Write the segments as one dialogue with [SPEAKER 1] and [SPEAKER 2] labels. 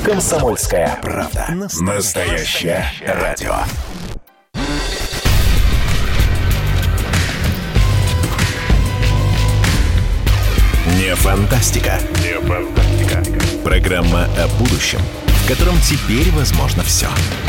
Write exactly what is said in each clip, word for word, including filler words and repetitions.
[SPEAKER 1] «Комсомольская правда». Настоящее радио. Не фантастика. Не фантастика. Программа о будущем, в котором теперь возможно все.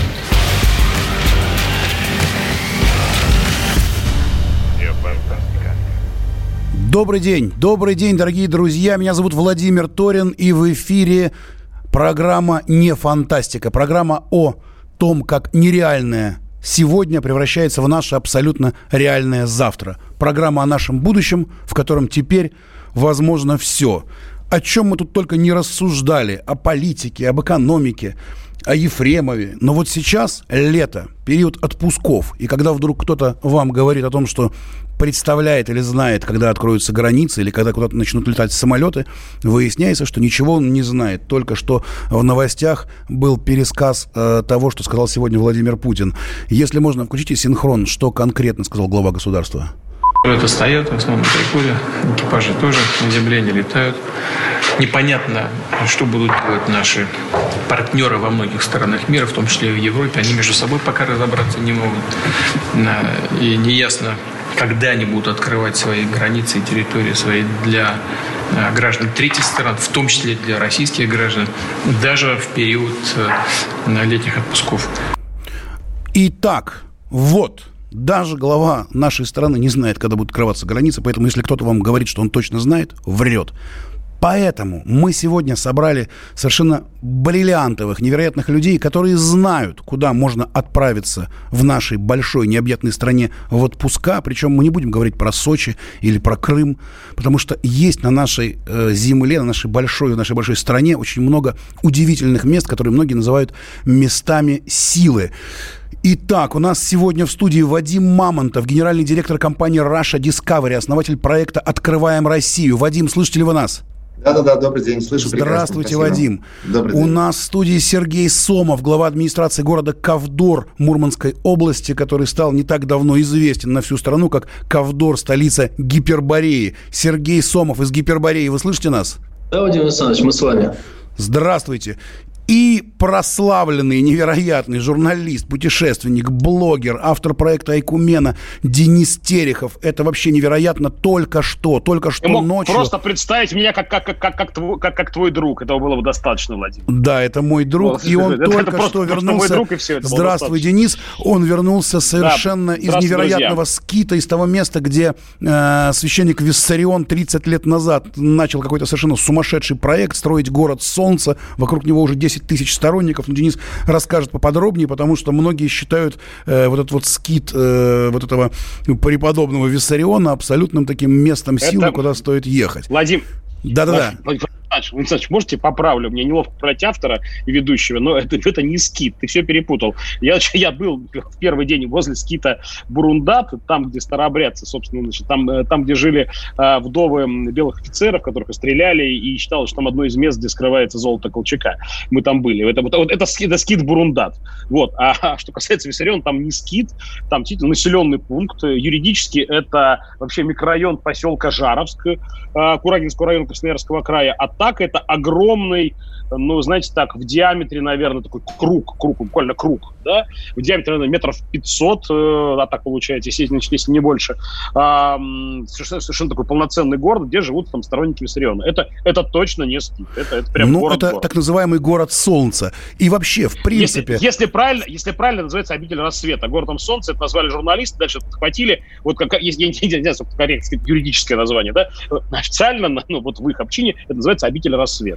[SPEAKER 2] Добрый день, добрый день, дорогие друзья. Меня зовут Владимир Торин, и в эфире программа «Не фантастика». Программа о том, как нереальное сегодня превращается в наше абсолютно реальное завтра. Программа о нашем будущем, в котором теперь возможно все. О чем мы тут только не рассуждали. О политике, об экономике, о Ефремове. Но вот сейчас лето, период отпусков. И когда вдруг кто-то вам говорит о том, что представляет или знает, когда откроются границы или когда куда-то начнут летать самолеты, выясняется, что ничего он не знает. Только что в новостях был пересказ э, того, что сказал сегодня Владимир Путин. Если можно, включите синхрон, что конкретно сказал глава государства.
[SPEAKER 3] Это стоят, в основном на перекуре, экипажи тоже на земле не летают. Непонятно, что будут делать наши партнеры во многих странах мира, в том числе и в Европе. Они между собой пока разобраться не могут. И неясно, когда они будут открывать свои границы и территории свои для граждан третьих стран, в том числе для российских граждан, даже в период летних отпусков.
[SPEAKER 2] Итак, вот... Даже глава нашей страны не знает, когда будут открываться границы, поэтому если кто-то вам говорит, что он точно знает, врет. Поэтому мы сегодня собрали совершенно бриллиантовых, невероятных людей, которые знают, куда можно отправиться в нашей большой необъятной стране в отпуска. Причем мы не будем говорить про Сочи или про Крым, потому что есть на нашей э, земле, на нашей большой, в нашей большой стране очень много удивительных мест, которые многие называют местами силы. Итак, у нас сегодня в студии Вадим Мамонтов, генеральный директор компании Russia Discovery, основатель проекта «Открываем Россию». Вадим, слышите ли вы нас?
[SPEAKER 4] Да-да-да, добрый день, слышу прекрасно.
[SPEAKER 2] Здравствуйте, Вадим.
[SPEAKER 4] Добрый
[SPEAKER 2] У
[SPEAKER 4] день.
[SPEAKER 2] нас в студии Сергей Сомов, глава администрации города Ковдор Мурманской области, который стал не так давно известен на всю страну, как Ковдор, столица Гипербореи. Сергей Сомов из Гипербореи, вы слышите нас?
[SPEAKER 5] Да, Владимир Александрович, мы с вами.
[SPEAKER 2] Здравствуйте. И прославленный, невероятный журналист, путешественник, блогер, автор проекта «Айкумена» Денис Терехов. Это вообще невероятно. Только что, только что
[SPEAKER 6] Я мог
[SPEAKER 2] ночью...
[SPEAKER 6] просто представить меня как, как, как, как, как, твой, как, как твой друг. Этого было бы достаточно, Владимир.
[SPEAKER 2] Да, это мой друг.
[SPEAKER 6] Вот,
[SPEAKER 2] и он
[SPEAKER 6] это,
[SPEAKER 2] только
[SPEAKER 6] это
[SPEAKER 2] что
[SPEAKER 6] просто,
[SPEAKER 2] вернулся...
[SPEAKER 6] просто мой друг, и все, это
[SPEAKER 2] Здравствуй, Денис. Он вернулся совершенно
[SPEAKER 6] да,
[SPEAKER 2] из невероятного друзья. скита, из того места, где э, священник Виссарион тридцать лет назад начал какой-то совершенно сумасшедший проект строить город Солнца. Вокруг него уже десять тысяч сторонников. Но Денис расскажет поподробнее, потому что многие считают э, вот этот вот скит э, вот этого преподобного Виссариона абсолютным таким местом силы, это... куда стоит ехать.
[SPEAKER 6] Владимир,
[SPEAKER 2] да-да-да.
[SPEAKER 6] Владимир Александрович, можете поправлю? Мне неловко брать автора и ведущего, но это, это не скит, ты все перепутал. Я, я был в первый день возле скита Бурундат, там, где старообрядцы, собственно, значит, там, там, где жили э, вдовы белых офицеров, которых стреляли, и считалось, что там одно из мест, где скрывается золото Колчака. Мы там были. Это, вот, вот, это, это скит Бурундат. Вот. А, а что касается Виссариона, там не скит, там действительно населенный пункт. Юридически это вообще микрорайон поселка Жаровск, э, Курагинского района Красноярского края, а так это огромный, ну, знаете, так, в диаметре, наверное, такой круг, круг, буквально круг, да, в диаметре, наверное, метров пятьсот, э, а так получается, если, значит, если не больше, а, совершенно, совершенно такой полноценный город, где живут там сторонники Виссариона. Это, это точно не скит, это, это прям
[SPEAKER 2] ну,
[SPEAKER 6] город.
[SPEAKER 2] Ну, это город. Так называемый город Солнца. И вообще, в принципе...
[SPEAKER 6] Если, если, правильно, если правильно, называется обитель рассвета. Городом Солнца это назвали журналисты, дальше подхватили, вот как, я не знаю, корректное юридическое название, да, официально, ну, вот в их общине это называется обитель рассвета.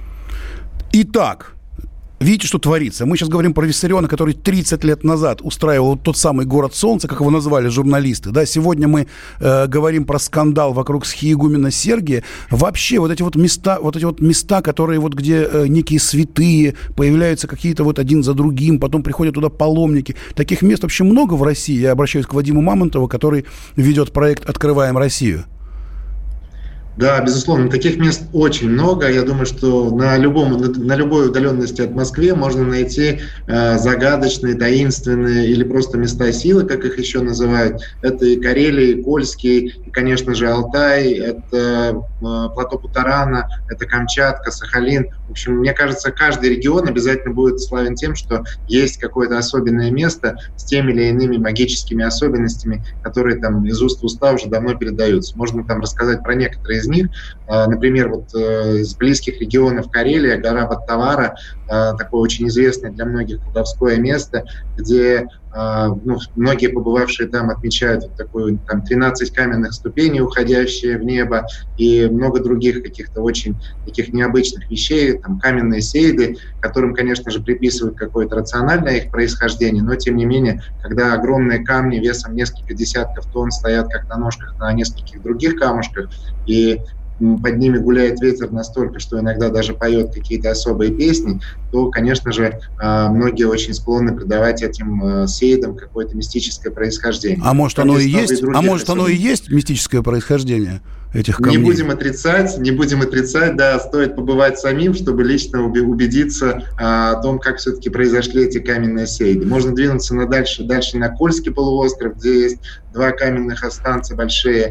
[SPEAKER 2] Итак, видите, что творится? Мы сейчас говорим про Виссариона, который тридцать лет назад устраивал вот тот самый город Солнца, как его назвали журналисты. Да? Сегодня мы э, говорим про скандал вокруг схиегумена Сергия. Вообще вот эти вот места, вот эти вот места, которые вот где э, некие святые, появляются какие-то вот один за другим, потом приходят туда паломники. Таких мест вообще много в России. Я обращаюсь к Вадиму Мамонтову, который ведет проект «Открываем Россию».
[SPEAKER 4] Да, безусловно, таких мест очень много. Я думаю, что на, любом, на любой удаленности от Москвы можно найти э, загадочные, таинственные или просто места силы, как их еще называют. Это и Карелия, и Кольский, и, конечно же, Алтай, это э, плато Путарана, это Камчатка, Сахалин. В общем, мне кажется, каждый регион обязательно будет славен тем, что есть какое-то особенное место с теми или иными магическими особенностями, которые там из уст в уста уже давно передаются. Можно там рассказать про некоторые из них. Например, вот из близких регионов Карелия, гора Баттавара, такое очень известное для многих колдовское место, где ну, многие побывавшие там отмечают вот такую, там, тринадцать каменных ступеней, уходящие в небо, и много других каких-то очень таких необычных вещей, там, каменные сейды, которым, конечно же, приписывают какое-то рациональное их происхождение, но, тем не менее, когда огромные камни весом несколько десятков тонн стоят как на ножках на нескольких других камушках, и под ними гуляет ветер настолько, что иногда даже поет какие-то особые песни, то, конечно же, многие очень склонны придавать этим сейдам какое-то мистическое происхождение.
[SPEAKER 2] А может, оно и есть? А может, оно и есть мистическое происхождение этих камней?
[SPEAKER 4] Не будем отрицать, не будем отрицать, да, стоит побывать самим, чтобы лично убедиться о том, как все-таки произошли эти каменные сейды. Можно двинуться на дальше, дальше на Кольский полуостров, где есть два каменных останца большие,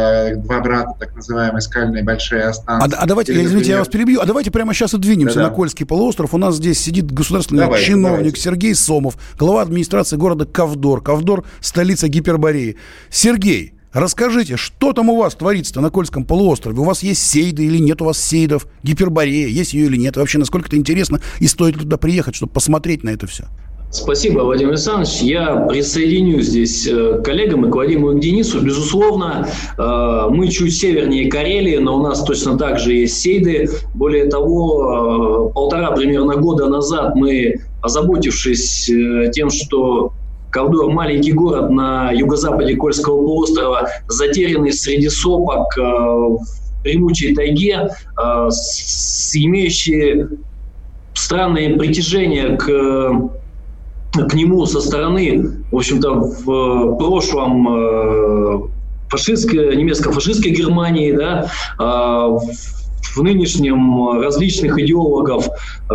[SPEAKER 4] два брата, так называемые скальные большие останцы. А,
[SPEAKER 2] а давайте, Или, извините, например... я вас перебью, а давайте прямо сейчас и двинемся Да-да. на Кольский полуостров. У нас здесь сидит государственный давайте, чиновник давайте. Сергей Сомов, глава администрации города Ковдор. Ковдор – столица Гипербореи. Сергей, расскажите, что там у вас творится-то на Кольском полуострове? У вас есть сейды или нет у вас сейдов? Гиперборея, есть ее или нет? Вообще, насколько это интересно и стоит ли туда приехать, чтобы посмотреть на это все?
[SPEAKER 5] Спасибо, Владимир Александрович. Я присоединюсь здесь к коллегам и к Вадиму и к Денису. Безусловно, мы чуть севернее Карелии, но у нас точно так же есть сейды. Более того, полтора примерно года назад мы, озаботившись тем, что Ковдор – маленький город на юго-западе Кольского полуострова, затерянный среди сопок в дремучей тайге, с имеющей странное притяжение к к нему со стороны, в общем-то, в прошлом фашистской, немецко-фашистской Германии, да, в нынешнем различных идеологов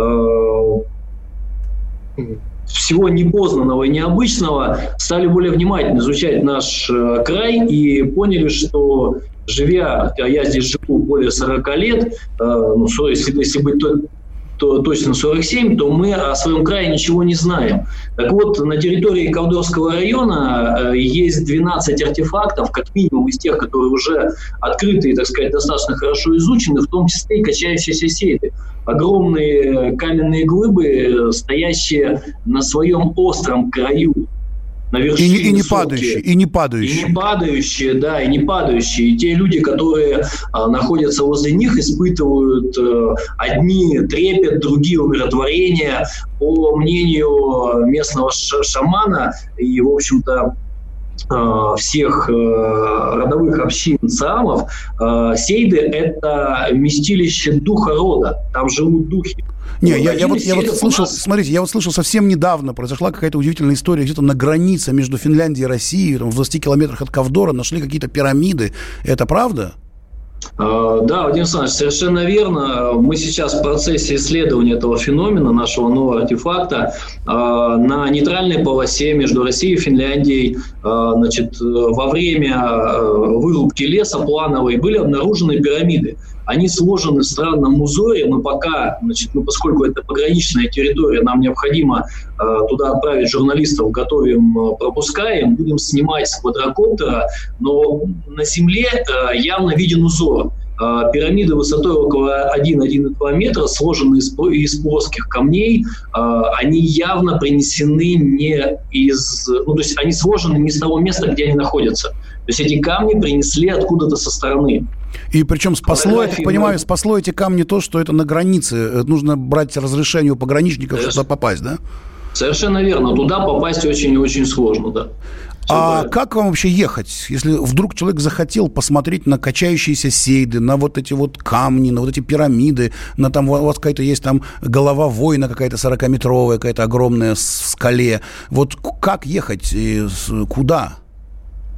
[SPEAKER 5] всего непознанного и необычного стали более внимательно изучать наш край и поняли, что, живя, а я здесь живу более сорок лет, ну, если, если быть то, то точно сорок семь, то мы о своем крае ничего не знаем. Так вот, на территории Ковдорского района есть двенадцать артефактов, как минимум из тех, которые уже открыты и, так сказать, достаточно хорошо изучены, в том числе и качающиеся сейды. Огромные каменные глыбы, стоящие на своем остром краю. На вершине
[SPEAKER 2] и, и не падающие, и не падающие.
[SPEAKER 5] И не падающие, да, и не падающие. И те люди, которые а, находятся возле них, испытывают а, одни трепет, другие умиротворение. По мнению местного ш- шамана и, в общем-то, а, всех а, родовых общин цаамов, а, сейды – это вместилище духа рода. Там живут духи.
[SPEAKER 2] Не, я, я, вот, я вот слышал, нас... смотрите, я вот слышал совсем недавно, произошла какая-то удивительная история, где-то на границе между Финляндией и Россией, там, в двадцати километрах от Ковдора, нашли какие-то пирамиды. Это правда?
[SPEAKER 5] Uh, да, Владимир Александрович, совершенно верно. Мы сейчас в процессе исследования этого феномена, нашего нового артефакта, uh, на нейтральной полосе между Россией и Финляндией, uh, значит, во время uh, вырубки леса плановой были обнаружены пирамиды. Они сложены в странном узоре, но пока, значит, ну, поскольку это пограничная территория, нам необходимо э, туда отправить журналистов, готовим, э, пропускаем, будем снимать с квадрокоптера, но на земле э, явно виден узор. Э, пирамиды высотой около один - один и два метра, сложены из, из плоских камней, э, они явно принесены не из... Ну, то есть они сложены не с того места, где они находятся. То есть эти камни принесли откуда-то со стороны.
[SPEAKER 2] И причем спасло, я так понимаю, спасло эти камни то, что это на границе. Нужно брать разрешение у пограничников, чтобы туда попасть, да?
[SPEAKER 5] Совершенно верно. Туда попасть очень и очень сложно, да.
[SPEAKER 2] Все а правильно. Как вам вообще ехать, если вдруг человек захотел посмотреть на качающиеся сейды, на вот эти вот камни, на вот эти пирамиды, на там у вас какая-то есть там голова воина какая-то сорокаметровая, какая-то огромная в скале. Вот как ехать и куда?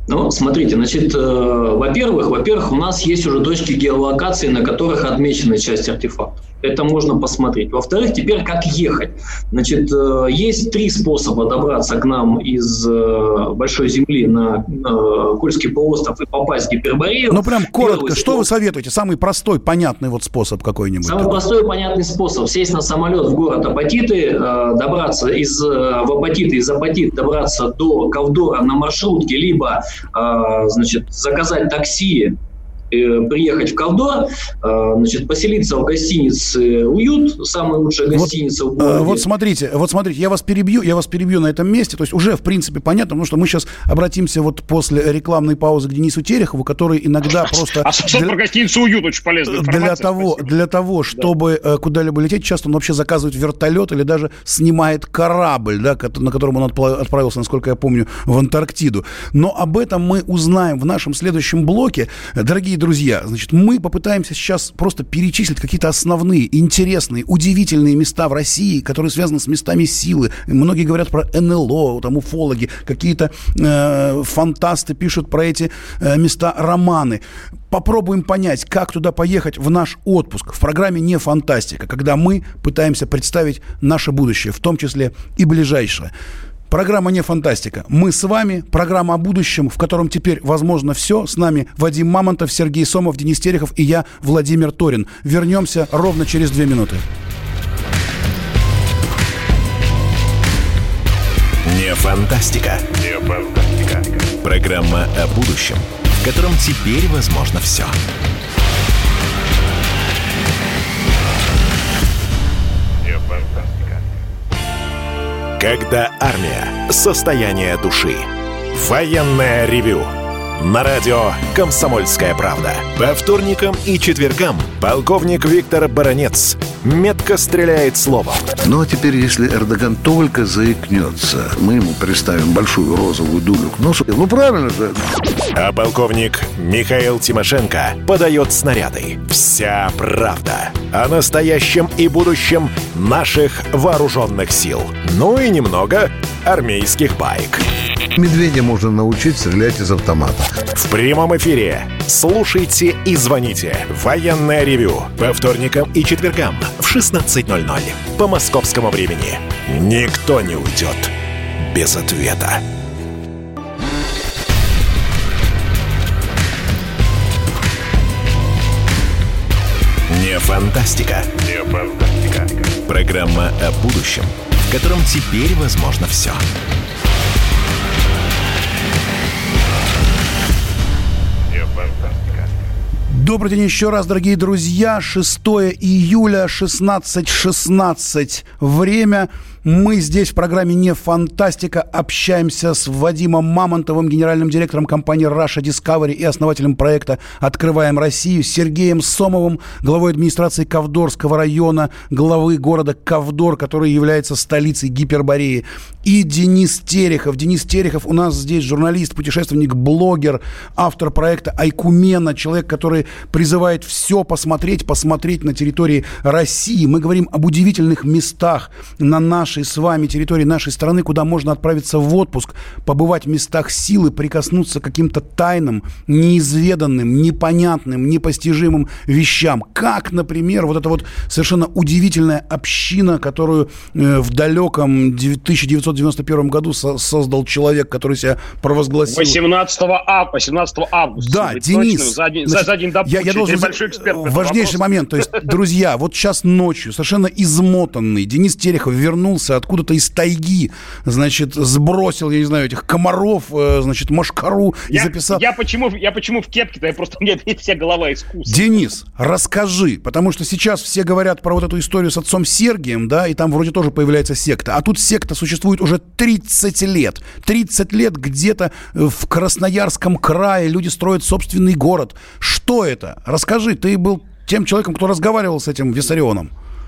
[SPEAKER 5] Ну, смотрите, значит, э, во-первых, во-первых, у нас есть уже точки геолокации, на которых отмечена часть артефактов. Это можно посмотреть. Во-вторых, теперь как ехать? Значит, э, есть три способа добраться к нам из э, Большой Земли на э, Кольский полуостров и попасть в Гиперборею.
[SPEAKER 2] Ну, прям коротко,
[SPEAKER 5] Первый
[SPEAKER 2] что
[SPEAKER 5] способ.
[SPEAKER 2] вы советуете? Самый простой, понятный вот способ какой-нибудь.
[SPEAKER 5] Самый простой и понятный способ. Сесть на самолет в город Апатиты, э, добраться из, э, в Апатиты, из Апатит добраться до Ковдора на маршрутке, либо значит, заказать такси, приехать в Ковдор, значит, поселиться в гостинице «Уют», самая лучшая гостиница
[SPEAKER 2] вот,
[SPEAKER 5] в городе.
[SPEAKER 2] Вот смотрите, вот смотрите, я вас перебью, я вас перебью на этом месте, то есть уже, в принципе, понятно, потому что мы сейчас обратимся вот после рекламной паузы к Денису Терехову, который иногда просто...
[SPEAKER 6] А что про гостиницу «Уют» очень полезная информация.
[SPEAKER 2] Для того, для того, чтобы да. куда-либо лететь, часто он вообще заказывает вертолет или даже снимает корабль, да, на котором он отправился, насколько я помню, в Антарктиду. Но об этом мы узнаем в нашем следующем блоке. Дорогие друзья, значит, мы попытаемся сейчас просто перечислить какие-то основные, интересные, удивительные места в России, которые связаны с местами силы. Многие говорят про эн эл о, там уфологи, какие-то э, фантасты пишут про эти э, места романы. Попробуем понять, как туда поехать в наш отпуск в программе «Не фантастика», когда мы пытаемся представить наше будущее, в том числе и ближайшее. Программа «Не фантастика». Мы с вами. Программа о будущем, в котором теперь возможно все. С нами Вадим Мамонтов, Сергей Сомов, Денис Терехов и я, Владимир Торин. Вернемся ровно через две минуты.
[SPEAKER 1] Не фантастика. Не фантастика. Программа о будущем, в котором теперь возможно все. Когда армия. Состояние души. Военное ревю. На радио «Комсомольская правда». По вторникам и четвергам полковник Виктор Баранец метко стреляет словом.
[SPEAKER 7] Ну, а теперь, если Эрдоган только заикнется, мы ему приставим большую розовую дулю к носу. Ну, правильно же.
[SPEAKER 1] А полковник Михаил Тимошенко подает снаряды. Вся правда о настоящем и будущем наших вооруженных сил. Ну и немного армейских баек.
[SPEAKER 7] Медведя можно научить стрелять из автомата.
[SPEAKER 1] В прямом эфире. Слушайте и звоните. Военное ревю. По вторникам и четвергам в шестнадцать ноль ноль. По московскому времени. Никто не уйдет без ответа. Не фантастика. Не фантастика. Программа о будущем, в котором теперь возможно все.
[SPEAKER 2] Добрый день еще раз, дорогие друзья. шестого июля, шестнадцать шестнадцать. Время. Мы здесь в программе «Не фантастика» общаемся с Вадимом Мамонтовым, генеральным директором компании Russia Discovery и основателем проекта «Открываем Россию», с Сергеем Сомовым, главой администрации Ковдорского района, главы города Ковдор, который является столицей Гипербореи, и Денис Терехов. Денис Терехов у нас здесь журналист, путешественник, блогер, автор проекта «Айкумена», человек, который призывает все посмотреть, посмотреть на территории России. Мы говорим об удивительных местах на нашей с вами территории нашей страны, куда можно отправиться в отпуск, побывать в местах силы, прикоснуться к каким-то тайным, неизведанным, непонятным, непостижимым вещам. Как, например, вот эта вот совершенно удивительная община, которую э, в далеком тысяча девятьсот девяносто первом году со- создал человек, который себя провозгласил...
[SPEAKER 6] восемнадцатого августа.
[SPEAKER 2] Да, Денис.
[SPEAKER 6] Точным, за, день,
[SPEAKER 2] значит,
[SPEAKER 6] за день до
[SPEAKER 2] я, я должен...
[SPEAKER 6] большой эксперт.
[SPEAKER 2] Важнейший момент. То есть, друзья, вот сейчас ночью, совершенно измотанный, Денис Терехов вернулся откуда-то из тайги, значит, сбросил, я не знаю, этих комаров, значит, мошкару и
[SPEAKER 6] я,
[SPEAKER 2] записал...
[SPEAKER 6] Я почему, я почему в кепке-то? Я просто, у меня вся голова искусства.
[SPEAKER 2] Денис, расскажи, потому что сейчас все говорят про вот эту историю с отцом Сергием, да, и там вроде тоже появляется секта, а тут секта существует уже тридцать лет. тридцать лет где-то в Красноярском крае люди строят собственный город. Что это? Расскажи, ты был тем человеком, кто разговаривал с этим Виссарионом.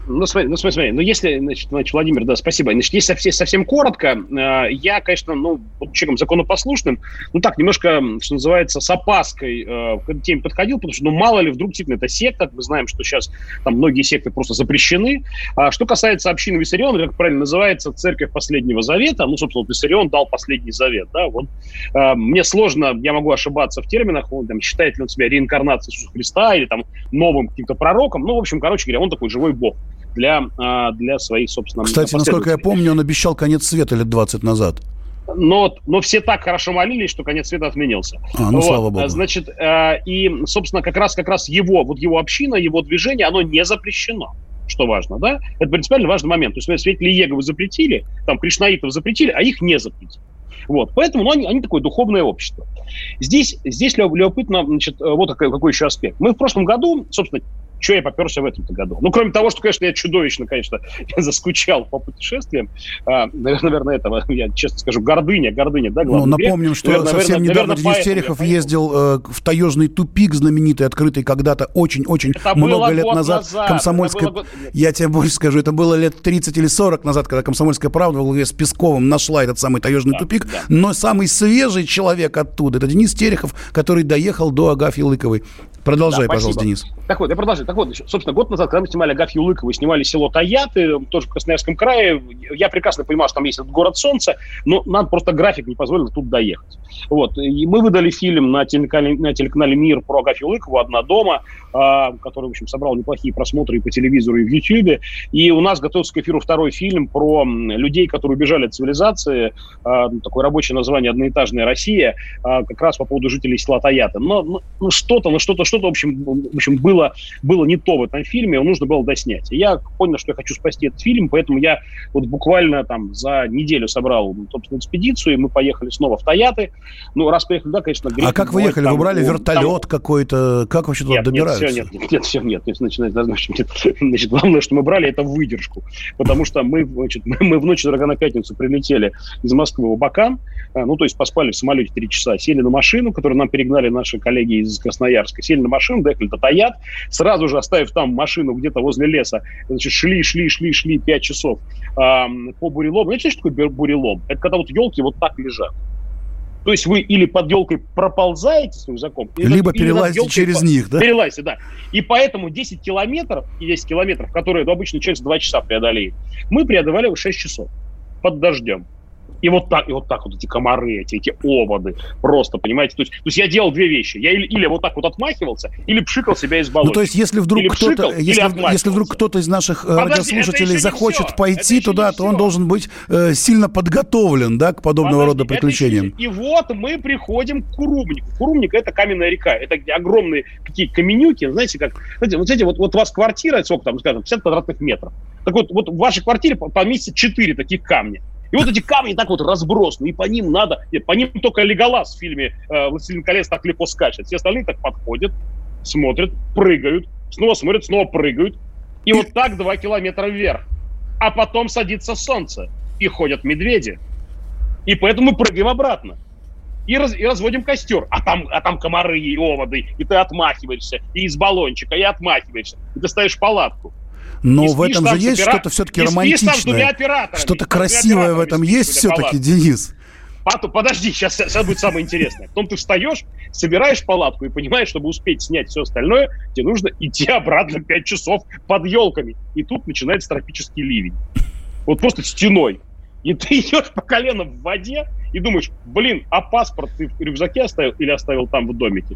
[SPEAKER 6] Ну, смотри, ну, смотри, смотри, ну, если, значит, значит, Владимир, да, спасибо. Значит, если совсем, совсем коротко, э, я, конечно, ну, человеком законопослушным, ну, так, немножко, что называется, с опаской э, к этой теме подходил, потому что, ну, мало ли, вдруг действительно это секта, мы знаем, что сейчас там многие секты просто запрещены. А что касается общины Виссариона, как правильно называется, церковь последнего завета, ну, собственно, вот Виссарион дал последний завет, да, вот. Э, мне сложно, я могу ошибаться в терминах, он, там, считает ли он себя реинкарнацией Иисуса Христа или там новым каким-то пророком, ну, в общем, короче говоря, он такой живой бог для, для своих, собственно,
[SPEAKER 2] Кстати, насколько я помню, он обещал конец света лет двадцать назад.
[SPEAKER 6] Но, но все так хорошо молились, что конец света отменился.
[SPEAKER 2] А, ну, вот, слава богу.
[SPEAKER 6] Значит, э, и, собственно, как раз, как раз его, вот его община, его движение, оно не запрещено. Что важно, да? Это принципиально важный момент. То есть, свидетелей Иеговы запретили, там, кришнаитов запретили, а их не запретили. Вот, поэтому ну, они, они такое духовное общество. Здесь, здесь любопытно, значит, вот какой, какой еще аспект. Мы в прошлом году, собственно, что я поперся в этом-то году? Ну, кроме того, что, конечно, я чудовищно, конечно, заскучал по путешествиям. А, наверное, этого, я честно скажу, гордыня, гордыня, да, главный
[SPEAKER 2] Ну, напомним,
[SPEAKER 6] грех.
[SPEAKER 2] что
[SPEAKER 6] наверное,
[SPEAKER 2] совсем
[SPEAKER 6] наверное,
[SPEAKER 2] недавно
[SPEAKER 6] наверное,
[SPEAKER 2] Денис Терехов ездил э, в таежный тупик знаменитый, открытый когда-то очень-очень
[SPEAKER 6] это
[SPEAKER 2] много лет
[SPEAKER 6] назад.
[SPEAKER 2] назад. Комсомольская...
[SPEAKER 6] Год...
[SPEAKER 2] Я тебе больше скажу, это было лет тридцать или сорок назад, когда «Комсомольская правда» в главе с Песковым нашла этот самый таежный да, тупик. Да. Но самый свежий человек оттуда — это Денис Терехов, который доехал до Агафьи Лыковой. Продолжай, да, пожалуйста, Денис.
[SPEAKER 6] Так вот, я продолжаю. Так вот, собственно, год назад, когда мы снимали Агафью Лыкову, снимали село Таяты, тоже в Красноярском крае, я прекрасно понимал, что там есть этот город солнца, но нам просто график не позволил тут доехать. Вот. И мы выдали фильм на телеканале, на телеканале «Мир» про Агафью Лыкову «Одна дома», который, в общем, собрал неплохие просмотры и по телевизору, и в Ютьюбе. И у нас готовится к эфиру второй фильм про людей, которые убежали от цивилизации, такое рабочее название «Одноэтажная Россия», как раз по поводу жителей села Таяты. Но ну, ну, что-то, ну что-то, что-то, в общем, в общем было, было не то в этом фильме, его нужно было доснять. И я понял, что я хочу спасти этот фильм, поэтому я вот буквально там за неделю собрал, собственно, экспедицию, и мы поехали снова в Таяты. Ну, раз поехали, да, конечно, грех.
[SPEAKER 2] А как вы ехали?
[SPEAKER 6] Там,
[SPEAKER 2] вы брали
[SPEAKER 6] там,
[SPEAKER 2] вертолет там... какой-то? Как вообще туда
[SPEAKER 6] нет,
[SPEAKER 2] добираются?
[SPEAKER 6] Нет, все, нет, нет, все, нет. Значит, значит, значит, главное, что мы брали, это выдержку. Потому что мы, значит, мы, мы в ночь дорога на пятницу прилетели из Москвы в Абакан, ну, то есть поспали в самолете три часа, сели на машину, которую нам перегнали наши коллеги из Красноярска, сели на машину, доехали до Таят, сразу же оставив там машину где-то возле леса, значит, шли, шли, шли, шли пять часов э, по бурелому. Знаете, что такое бурелом? Это когда вот елки вот так лежат. То есть вы или под елкой проползаете с рюкзаком,
[SPEAKER 2] либо или перелазите через по... них, да?
[SPEAKER 6] Перелазите, да. И поэтому десять километров, и десять километров, которые ну, обычно человек за два часа преодолеет, мы преодолели шесть часов под дождем. И вот так, и вот так вот эти комары, эти, эти оводы, просто, понимаете? То есть, то есть я делал две вещи. Я или, или вот так вот отмахивался, или пшикал себя из баллончика.
[SPEAKER 2] Ну, то есть, если вдруг
[SPEAKER 6] или
[SPEAKER 2] кто-то,
[SPEAKER 6] пшикал,
[SPEAKER 2] если, если вдруг кто-то из наших
[SPEAKER 6] Подожди,
[SPEAKER 2] радиослушателей захочет пойти туда, то
[SPEAKER 6] все.
[SPEAKER 2] Он должен быть э, сильно подготовлен, да, к подобного
[SPEAKER 6] Подожди,
[SPEAKER 2] рода приключениям.
[SPEAKER 6] И вот мы приходим к Курумнику. Курумник — это каменная река. Это огромные какие каменюки, знаете, как... Знаете, вот, знаете, вот, вот у вас квартира, сколько там, скажем, пятьдесят квадратных метров. Так вот, вот в вашей квартире поместится четыре таких камня. И вот эти камни так вот разбросаны, и по ним надо... Нет, по ним только Леголас в фильме э, «Властелин колец» так легко скачет. Все остальные так подходят, смотрят, прыгают, снова смотрят, снова прыгают. И вот так два километра вверх. А потом садится солнце, и ходят медведи. И поэтому мы прыгаем обратно. И, раз, и разводим костер. А там, а там комары и оводы, и ты отмахиваешься, и из баллончика, и отмахиваешься. И ты ставишь палатку.
[SPEAKER 2] Но и в этом же есть опера... что-то все-таки романтичное. Что-то красивое в этом есть все-таки, палатку. Денис.
[SPEAKER 6] Подожди, сейчас, сейчас будет самое интересное. Потом ты встаешь, собираешь палатку и понимаешь, чтобы успеть снять все остальное, тебе нужно идти обратно пять часов под елками. И тут начинается тропический ливень. Вот просто стеной. И ты идешь по колено в воде и думаешь, блин, а паспорт ты в рюкзаке оставил или оставил там в домике?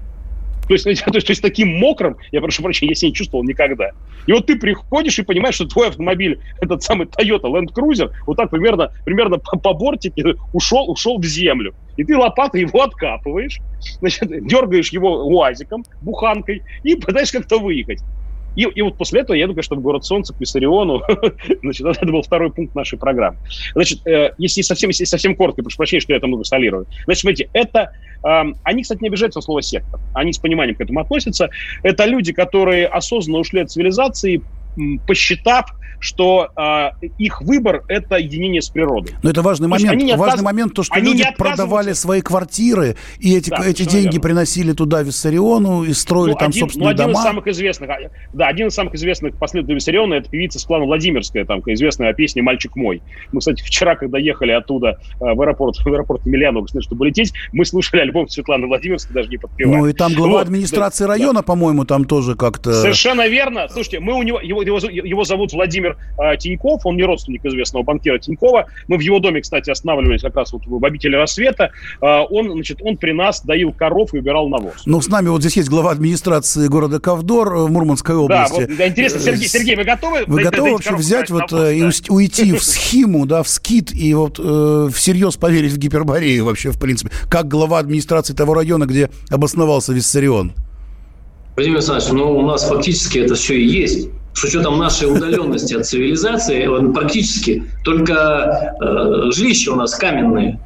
[SPEAKER 6] То есть, то, есть, то есть таким мокрым, я прошу прощения, я себя не чувствовал никогда. И вот ты приходишь и понимаешь, что твой автомобиль, этот самый Toyota Land Cruiser, вот так примерно, примерно по, по бортике ушел, ушел в землю. И ты лопатой его откапываешь, значит, дергаешь его уазиком, буханкой и пытаешься как-то выехать. И, и вот после этого я еду, конечно, в город Солнца, к Виссариону. Значит, это был второй пункт нашей программы. Значит, э, если, совсем, если совсем коротко, прошу прощения, что я это много солирую. Значит, смотрите, это... Э, они, кстати, не обижаются на слово «секта». Они с пониманием к этому относятся. Это люди, которые осознанно ушли от цивилизации посчитав, что э, их выбор – это единение с природой.
[SPEAKER 2] Но это важный момент. Важный отказ... момент, то, что
[SPEAKER 6] они
[SPEAKER 2] люди продавали свои квартиры, и эти, да, эти деньги верно. приносили туда Виссариону и строили ну, там один, собственные
[SPEAKER 6] ну, один
[SPEAKER 2] дома.
[SPEAKER 6] Из самых известных, да, один из самых известных последователей Виссариона – это певица Светлана Владимирская, там, известная песня «Мальчик мой». Мы, кстати, вчера, когда ехали оттуда э, в аэропорт, в аэропорт Емельянова, чтобы лететь, мы слушали альбом Светланы Владимирской, даже не подпевая.
[SPEAKER 2] Ну и там глава вот, администрации да, района, да. по-моему, там тоже как-то…
[SPEAKER 6] Совершенно верно. Слушайте, мы у него, его, его, его зовут Владимир э, Тиньков, он не родственник известного банкира Тинькова. Мы в его доме, кстати, останавливались как раз вот в обители Рассвета. Он, значит, он при нас доил коров и убирал навоз.
[SPEAKER 2] Ну, с нами вот здесь есть глава администрации города Ковдор в Мурманской области.
[SPEAKER 6] Да, вот, да, интересно, Сергей, Сергей, вы готовы?
[SPEAKER 2] Вы готовы вообще взять вот навоз, и да? уйти в схему, да, в скит и вот э, всерьез поверить в гиперборею вообще, в принципе, как глава администрации того района, где обосновался Виссарион?
[SPEAKER 5] Владимир Александрович, ну, у нас фактически это все и есть. С учетом нашей удаленности от цивилизации, практически только э, жилища у нас каменные.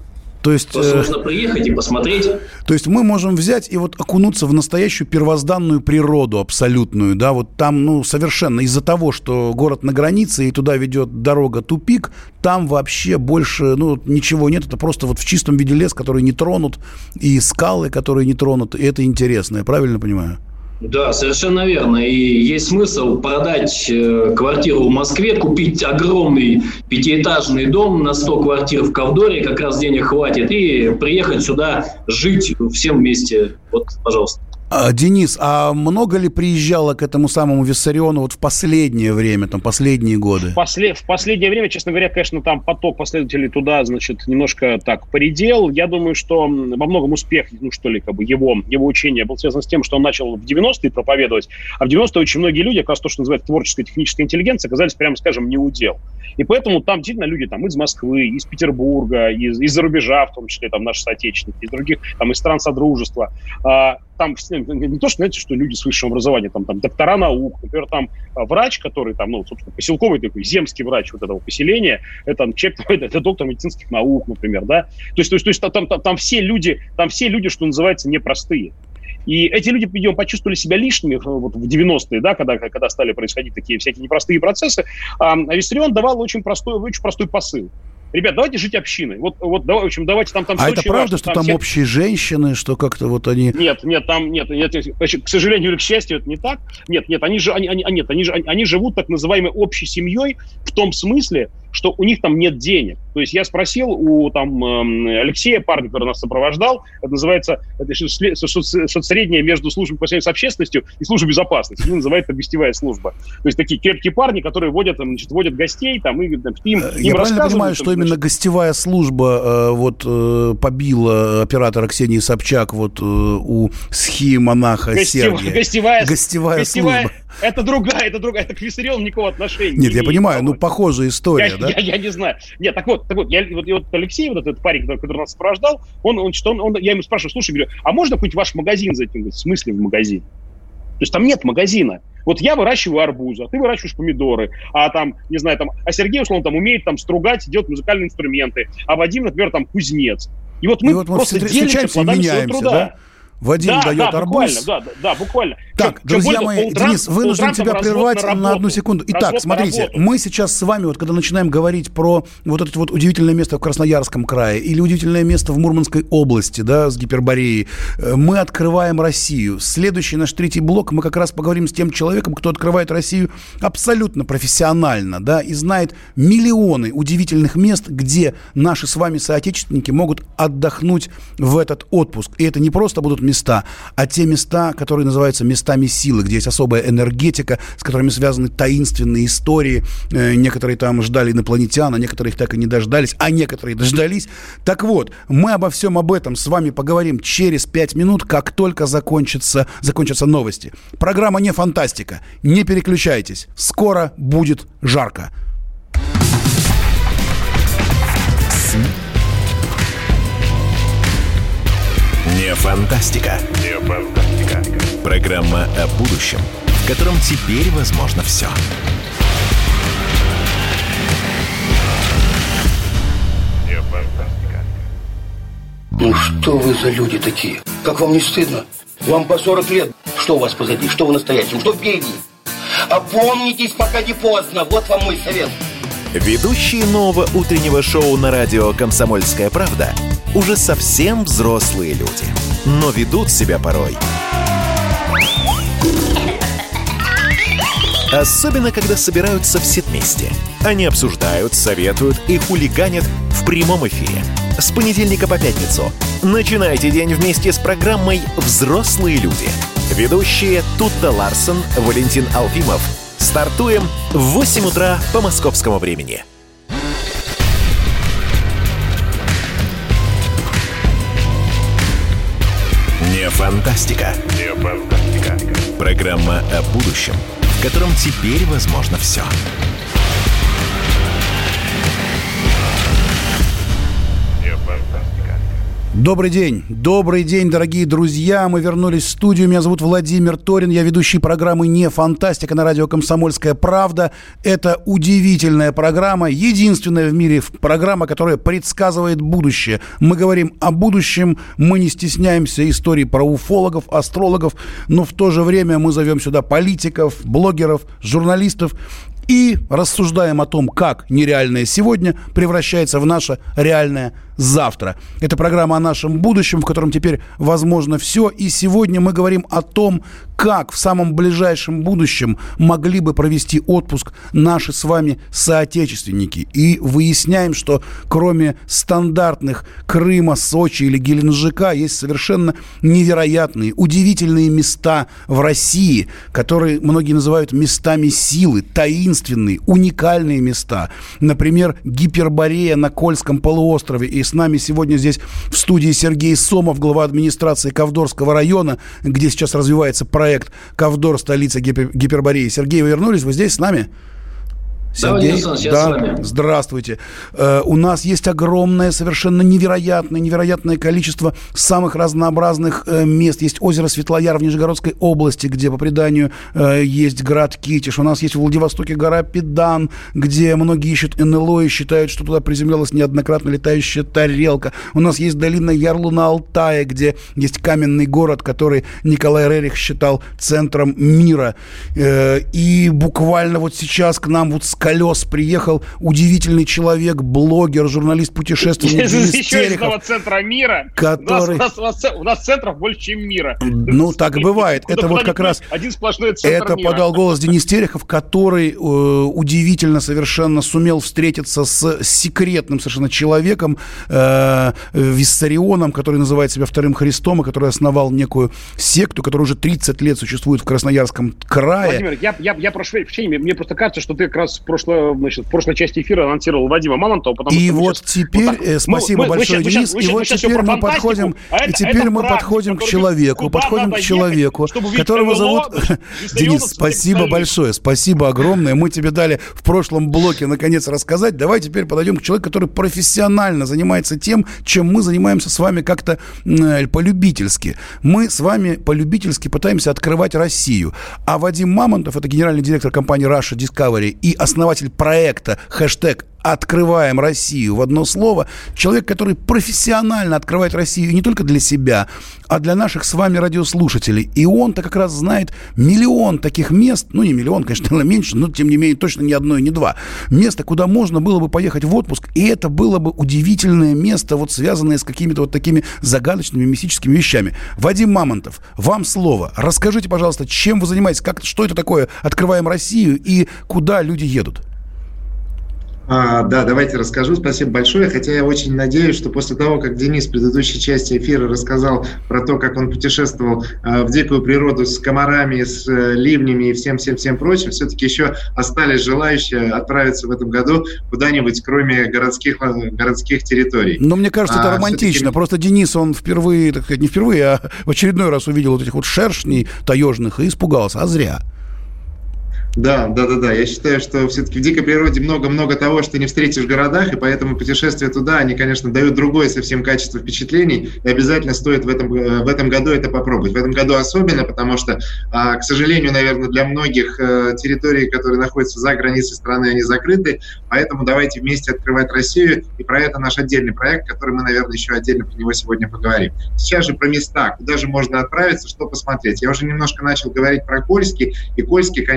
[SPEAKER 2] То есть,
[SPEAKER 5] Просто э, нужно приехать и посмотреть.
[SPEAKER 2] То есть мы можем взять и вот окунуться в настоящую первозданную природу абсолютную, да, вот там, ну, совершенно из-за того, что город на границе и туда ведет дорога тупик, там вообще больше, ну, ничего нет, это просто вот в чистом виде лес, который не тронут, и скалы, которые не тронут, и это интересно, я правильно понимаю?
[SPEAKER 5] Да, совершенно верно. И есть смысл продать э, квартиру в Москве, купить огромный пятиэтажный дом на сто квартир в Ковдоре, как раз денег хватит, и приехать сюда жить всем вместе. Вот, пожалуйста.
[SPEAKER 2] Денис, а много ли приезжало к этому самому Виссариону вот в последнее время, там, последние годы?
[SPEAKER 6] В, после, в последнее время, честно говоря, конечно, там поток последователей туда, значит, немножко так поредел. Я думаю, что во многом успех, ну, что ли, как бы его, его учения был связан с тем, что он начал в девяностые проповедовать, а в девяностые очень многие люди, как раз то, что называется творческая техническая интеллигенция, оказались, прямо скажем, не у дел. И поэтому там действительно люди там из Москвы, из Петербурга, из, из-за рубежа, в том числе там наши соотечественники, из других, там, из стран Содружества, а, там не то, что, знаете, что люди с высшим образованием, там, там доктора наук, например, там врач, который там, ну, собственно, поселковый такой, земский врач вот этого поселения, это человек, это, это доктор медицинских наук, например, да, то есть, то есть, то есть там, там, там все люди, там все люди, что называется, непростые. И эти люди, видимо, почувствовали себя лишними вот в девяностые, да, когда, когда стали происходить такие всякие непростые процессы. А Виссарион давал очень простой, очень простой посыл. Ребят, давайте жить общиной. Вот, вот, давай, в общем, давайте там... там
[SPEAKER 2] а это правда, важно, что там, там все... общие женщины, что как-то вот они...
[SPEAKER 6] Нет, нет, там нет, нет, к сожалению или к счастью, это не так. Нет, нет, они же, они, они, нет, они же, они, они живут так называемой общей семьей в том смысле, что у них там нет денег. То есть я спросил у там Алексея, парня, который нас сопровождал, это называется это соцсреднее между службой по связи с общественностью и службой безопасности. Они называют это гостевая служба. То есть такие крепкие парни, которые водят, значит, водят гостей, там, и там, им,
[SPEAKER 2] я
[SPEAKER 6] им
[SPEAKER 2] правильно понимаю, что именно гостевая служба э, вот э, побила оператора Ксении Собчак вот э, у схи-монаха
[SPEAKER 6] Гостев...
[SPEAKER 2] Сергия?
[SPEAKER 6] Гостевая,
[SPEAKER 2] гостевая, гостевая служба.
[SPEAKER 6] Это другая, это другая, это к Виссариону никакого отношения.
[SPEAKER 2] Нет, не я понимаю, ну, похожая история,
[SPEAKER 6] я,
[SPEAKER 2] да?
[SPEAKER 6] Я, я не знаю. Нет, так вот, так вот, я, вот, вот Алексей, вот этот парень, который, который нас сопровождал, он, он, он, он, я ему спрашиваю, слушай, говорю, а можно какой-нибудь ваш магазин зайти? Он говорит, в смысле в магазин? То есть там нет магазина. Вот я выращиваю арбузы, а ты выращиваешь помидоры, а там, не знаю, там, а Сергей, условно, там умеет там стругать, делать музыкальные инструменты, а Вадим, например, там кузнец. И вот мы, и вот мы просто делимся плодами своего труда.
[SPEAKER 2] Да? Вадим
[SPEAKER 6] да,
[SPEAKER 2] дает
[SPEAKER 6] да,
[SPEAKER 2] арбуз.
[SPEAKER 6] Буквально, да, да, да, буквально.
[SPEAKER 2] Так,
[SPEAKER 6] чем,
[SPEAKER 2] друзья
[SPEAKER 6] чем
[SPEAKER 2] мои,
[SPEAKER 6] полтрам,
[SPEAKER 2] Денис, вынужден тебя прервать на, на одну секунду. Итак,
[SPEAKER 6] развод
[SPEAKER 2] смотрите, мы сейчас с вами, вот когда начинаем говорить про вот это вот удивительное место в Красноярском крае или удивительное место в Мурманской области, да, с гипербореей, мы открываем Россию. Следующий наш третий блок, мы как раз поговорим с тем человеком, кто открывает Россию абсолютно профессионально, да, и знает миллионы удивительных мест, где наши с вами соотечественники могут отдохнуть в этот отпуск. И это не просто будут места, а те места, которые называются местами силы, где есть особая энергетика, с которыми связаны таинственные истории. Э, некоторые там ждали инопланетян, а некоторые их так и не дождались, а некоторые дождались. Так вот, мы обо всем об этом с вами поговорим через пять минут, как только закончатся, закончатся новости. Программа «Не фантастика». Не переключайтесь. Скоро будет жарко.
[SPEAKER 1] Не фантастика. Не фантастика. Программа о будущем, в котором теперь возможно все. Не фантастика.
[SPEAKER 8] Ну что вы за люди такие? Как вам не стыдно? Вам по сорок лет. Что у вас позади? Что в настоящем? Что впереди? Опомнитесь, пока не поздно. Вот вам мой совет.
[SPEAKER 1] Ведущие нового утреннего шоу на радио «Комсомольская правда» уже совсем взрослые люди, но ведут себя порой. Особенно, когда собираются все вместе. Они обсуждают, советуют и хулиганят в прямом эфире. С понедельника по пятницу. Начинайте день вместе с программой «Взрослые люди». Ведущие Тутта Ларсон, Валентин Алфимов. Стартуем в восемь утра по московскому времени. Не фантастика. Не фантастика. Программа о будущем, в котором теперь возможно все.
[SPEAKER 2] Добрый день, добрый день, дорогие друзья. Мы вернулись в студию. Меня зовут Владимир Торин. Я ведущий программы «Не фантастика» на радио «Комсомольская правда». Это удивительная программа, единственная в мире программа, которая предсказывает будущее. Мы говорим о будущем, мы не стесняемся историй про уфологов, астрологов, но в то же время мы зовем сюда политиков, блогеров, журналистов и рассуждаем о том, как нереальное сегодня превращается в наше реальное завтра. Это программа о нашем будущем, в котором теперь возможно все. И сегодня мы говорим о том, как в самом ближайшем будущем могли бы провести отпуск наши с вами соотечественники. И выясняем, что кроме стандартных Крыма, Сочи или Геленджика есть совершенно невероятные, удивительные места в России, которые многие называют местами силы, таинственные, уникальные места. Например, Гиперборея на Кольском полуострове. И с нами сегодня здесь в студии Сергей Сомов, глава администрации Ковдорского района, где сейчас развивается проект «Ковдор. Столица Гипер- Гипербореи». Сергей, вы вернулись? Вы здесь с нами? Сергей,
[SPEAKER 5] да, Владимир,
[SPEAKER 2] да, здравствуйте. Э, у нас есть огромное, совершенно невероятное, невероятное количество самых разнообразных э, мест. Есть озеро Светлояр в Нижегородской области, где, по преданию, э, есть град Китиш. У нас есть в Владивостоке гора Педан, где многие ищут эн эл о и считают, что туда приземлялась неоднократно летающая тарелка. У нас есть долина Ярлу на Алтае, где есть каменный город, который Николай Рерих считал центром мира. Э, и буквально вот сейчас к нам вот с колес приехал удивительный человек, блогер, журналист, путешественник.
[SPEAKER 6] Еще из одного центра мира.
[SPEAKER 2] Который...
[SPEAKER 6] У, нас, у, нас, у нас центров больше, чем мира.
[SPEAKER 2] Ну, так бывает. Это вот как раз...
[SPEAKER 6] Один сплошной центр
[SPEAKER 2] Это
[SPEAKER 6] мира.
[SPEAKER 2] подал голос Денис Терехов, который э, удивительно совершенно сумел встретиться с секретным совершенно человеком, э, Виссарионом, который называет себя вторым Христом, и который основал некую секту, которая уже тридцать лет существует в Красноярском крае.
[SPEAKER 6] Владимир, я, я, я прошу прощения, мне просто кажется, что ты как раз в прошлой, значит, в прошлой части эфира анонсировал Вадима Мамонтова, потому
[SPEAKER 2] и
[SPEAKER 6] что
[SPEAKER 2] вот
[SPEAKER 6] сейчас,
[SPEAKER 2] теперь,
[SPEAKER 6] вот так,
[SPEAKER 2] спасибо
[SPEAKER 6] мы,
[SPEAKER 2] большое,
[SPEAKER 6] мы,
[SPEAKER 2] Денис,
[SPEAKER 6] мы,
[SPEAKER 2] и
[SPEAKER 6] мы,
[SPEAKER 2] вот
[SPEAKER 6] мы
[SPEAKER 2] теперь мы подходим,
[SPEAKER 6] а
[SPEAKER 2] и теперь мы подходим к человеку, подходим к человеку, которого зовут Денис. Спасибо большое, спасибо огромное. Мы тебе дали в прошлом блоке наконец рассказать. Давай теперь подойдем к человеку, который профессионально занимается тем, чем мы занимаемся с вами как-то э, полюбительски. Мы с вами полюбительски пытаемся открывать Россию. А Вадим Мамонтов, это генеральный директор компании Russia Discovery и основатель проекта хэштег «Открываем Россию» в одно слово. Человек, который профессионально открывает Россию не только для себя, а для наших с вами радиослушателей. И он-то как раз знает миллион таких мест, ну не миллион, конечно, меньше, но тем не менее точно ни одно и не два. Места, куда можно было бы поехать в отпуск, и это было бы удивительное место, вот связанное с какими-то вот такими загадочными мистическими вещами. Вадим Мамонтов, вам слово. Расскажите, пожалуйста, чем вы занимаетесь, как, что это такое «Открываем Россию» и куда люди едут?
[SPEAKER 4] А, да, давайте расскажу. Спасибо большое. Хотя я очень надеюсь, что после того, как Денис в предыдущей части эфира рассказал про то, как он путешествовал а, в дикую природу с комарами, с а, ливнями и всем-всем-всем прочим, все-таки еще остались желающие отправиться в этом году куда-нибудь, кроме городских, городских территорий.
[SPEAKER 2] Но мне кажется, это
[SPEAKER 4] а,
[SPEAKER 2] романтично.
[SPEAKER 4] все-таки...
[SPEAKER 2] Просто Денис, он впервые, так сказать, не впервые, а в очередной раз увидел вот этих вот шершней таежных и испугался. А зря.
[SPEAKER 4] Да, да, да, да. Я считаю, что все-таки в дикой природе много-много того, что не встретишь в городах, и поэтому путешествия туда, они, конечно, дают другое совсем качество впечатлений, и обязательно стоит в этом, в этом году это попробовать. В этом году особенно, потому что, к сожалению, наверное, для многих территорий, которые находятся за границей страны, они закрыты, поэтому давайте вместе открывать Россию, и про это наш отдельный проект, который мы, наверное, еще отдельно про него сегодня поговорим. Сейчас же про места, куда же можно отправиться, что посмотреть. Я уже немножко начал говорить про Кольский, и Кольский, конечно, вот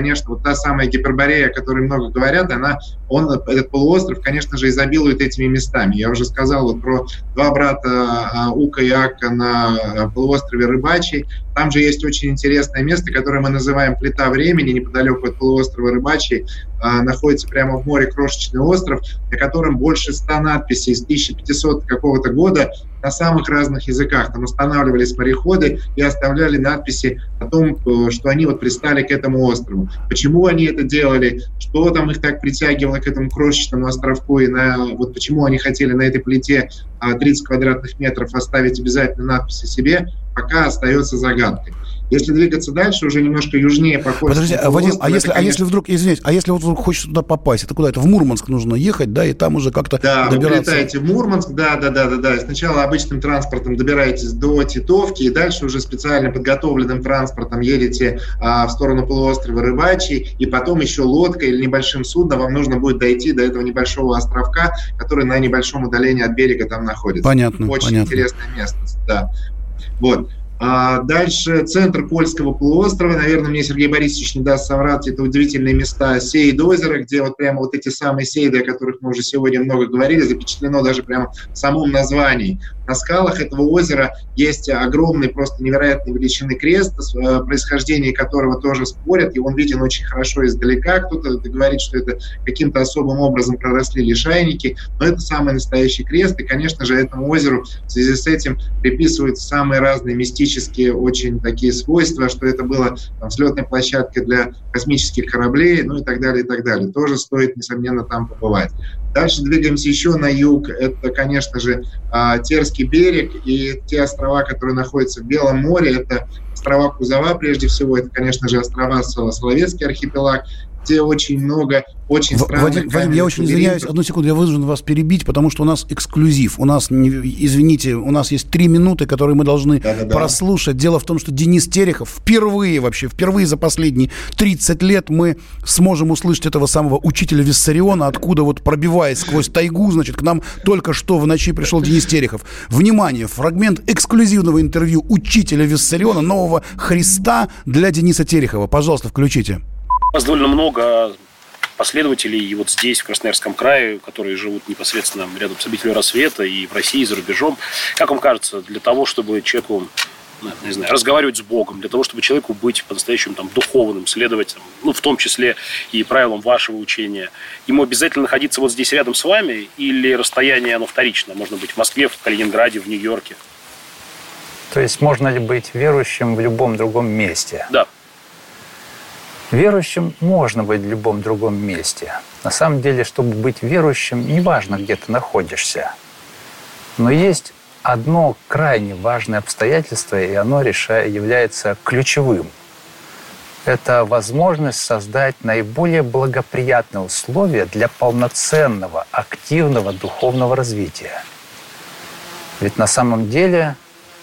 [SPEAKER 4] та самая Гиперборея, о которой много говорят, она, он, этот полуостров, конечно же, изобилует этими местами. Я уже сказал вот про два брата Ука и Ака на полуострове Рыбачий. Там же есть очень интересное место, которое мы называем «Плита времени», неподалеку от полуострова Рыбачий. Находится прямо в море крошечный остров, на котором больше ста надписей с тысяча пятисотого какого-то года на самых разных языках. Там останавливались мореходы и оставляли надписи о том, что они вот пристали к этому острову. Почему они это делали, что там их так притягивало к этому крошечному островку, и на, вот почему они хотели на этой плите тридцать квадратных метров оставить обязательно надписи себе, пока остается загадкой. Если двигаться дальше, уже немножко южнее по Кольскому
[SPEAKER 2] Подожди, а, Вадим, а если,
[SPEAKER 4] это, конечно...
[SPEAKER 2] а если вдруг, извините, а если вот вдруг хочешь туда попасть, это куда? Это в Мурманск нужно ехать, да, и там уже как-то
[SPEAKER 4] да,
[SPEAKER 2] добираться?
[SPEAKER 4] Да, вы летаете в Мурманск, да, да, да, да, да. Сначала обычным транспортом добираетесь до Титовки, и дальше уже специально подготовленным транспортом едете а, в сторону полуострова Рыбачий, и потом еще лодкой или небольшим судном вам нужно будет дойти до этого небольшого островка, который на небольшом удалении от берега там находится.
[SPEAKER 2] Понятно,
[SPEAKER 4] Очень
[SPEAKER 2] понятно.
[SPEAKER 4] интересное место, да. Вот. А дальше центр Кольского полуострова, наверное, мне Сергей Борисович не даст соврать, это удивительные места Сейд-озеро, где вот прямо вот эти самые сейды, о которых мы уже сегодня много говорили, запечатлено даже прямо в самом названии. На скалах этого озера есть огромный, просто невероятной величины крест, происхождение которого тоже спорят, и он виден очень хорошо издалека. Кто-то говорит, что это каким-то особым образом проросли лишайники, но это самый настоящий крест, и, конечно же, этому озеру в связи с этим приписываются самые разные мистические очень такие свойства, что это было там, взлетной площадкой для космических кораблей, ну и так далее, и так далее. Тоже стоит, несомненно, там побывать. Дальше двигаемся еще на юг. Это, конечно же, Терский берег и те острова, которые находятся в Белом море. Это острова Кузова, прежде всего. Это, конечно же, острова Соловецкий архипелаг, где очень много очень странных...
[SPEAKER 2] Вадим, Вадим, я очень извиняюсь, одну секунду, я вынужден вас перебить, потому что у нас эксклюзив. У нас, извините, у нас есть три минуты, которые мы должны Да-да-да. прослушать. Дело в том, что Денис Терехов впервые вообще, впервые за последние тридцать лет мы сможем услышать этого самого учителя Виссариона, откуда вот пробиваясь сквозь тайгу, значит, к нам только что в ночи пришел Денис Терехов. Внимание, фрагмент эксклюзивного интервью учителя Виссариона, нового Христа для Дениса Терехова. Пожалуйста, включите.
[SPEAKER 9] У нас довольно много последователей и вот здесь, в Красноярском крае, которые живут непосредственно рядом с обителью рассвета и в России, и за рубежом. Как вам кажется, для того, чтобы человеку, не знаю, разговаривать с Богом, для того, чтобы человеку быть по-настоящему там, духовным, следовать, там, ну, в том числе и правилам вашего учения, ему обязательно находиться вот здесь рядом с вами, или расстояние, оно вторично? Можно быть в Москве, в Калининграде, в Нью-Йорке?
[SPEAKER 10] То есть можно ли быть верующим в любом другом месте?
[SPEAKER 9] Да.
[SPEAKER 10] Верующим можно быть в любом другом месте. На самом деле, чтобы быть верующим, неважно, где ты находишься. Но есть одно крайне важное обстоятельство, и оно решает, является ключевым. Это возможность создать наиболее благоприятные условия для полноценного, активного духовного развития. Ведь на самом деле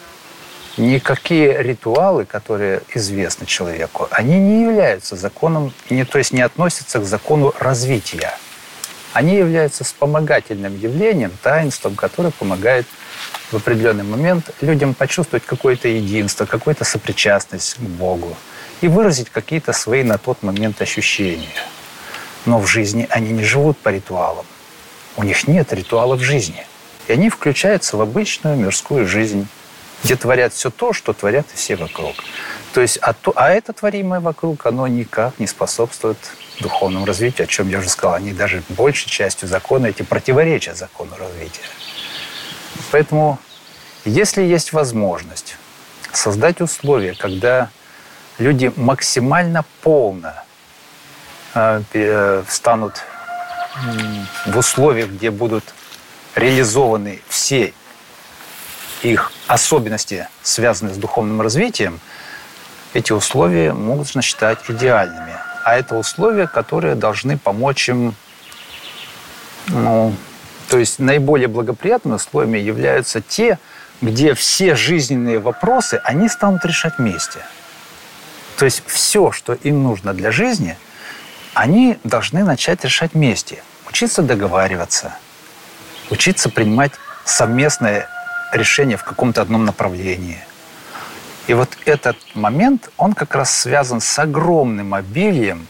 [SPEAKER 10] никакие ритуалы, которые известны человеку, они не являются законом, не, то есть не относятся к закону развития. Они являются вспомогательным явлением, таинством, которое помогает в определенный момент людям почувствовать какое-то единство, какую-то сопричастность к Богу и выразить какие-то свои на тот момент ощущения. Но в жизни они не живут по ритуалам. У них нет ритуалов в жизни. И они включаются в обычную мирскую жизнь, где творят все то, что творят и все вокруг. То есть, а, то, а это творимое вокруг, оно никак не способствует духовному развитию, о чем я уже сказал. Они даже большей частью закона эти противоречат закону развития. Поэтому, если есть возможность создать условия, когда люди максимально полно э, встанут в условиях, где будут реализованы все их особенности, связанные с духовным развитием, эти условия можно считать идеальными. А это условия, которые должны помочь им, ну, то есть наиболее благоприятными условиями являются те, где все жизненные вопросы, они станут решать вместе. То есть все, что им нужно для жизни, они должны начать решать вместе. Учиться договариваться, учиться принимать совместное решение в каком-то одном направлении. И вот этот момент, он как раз связан с огромным обилием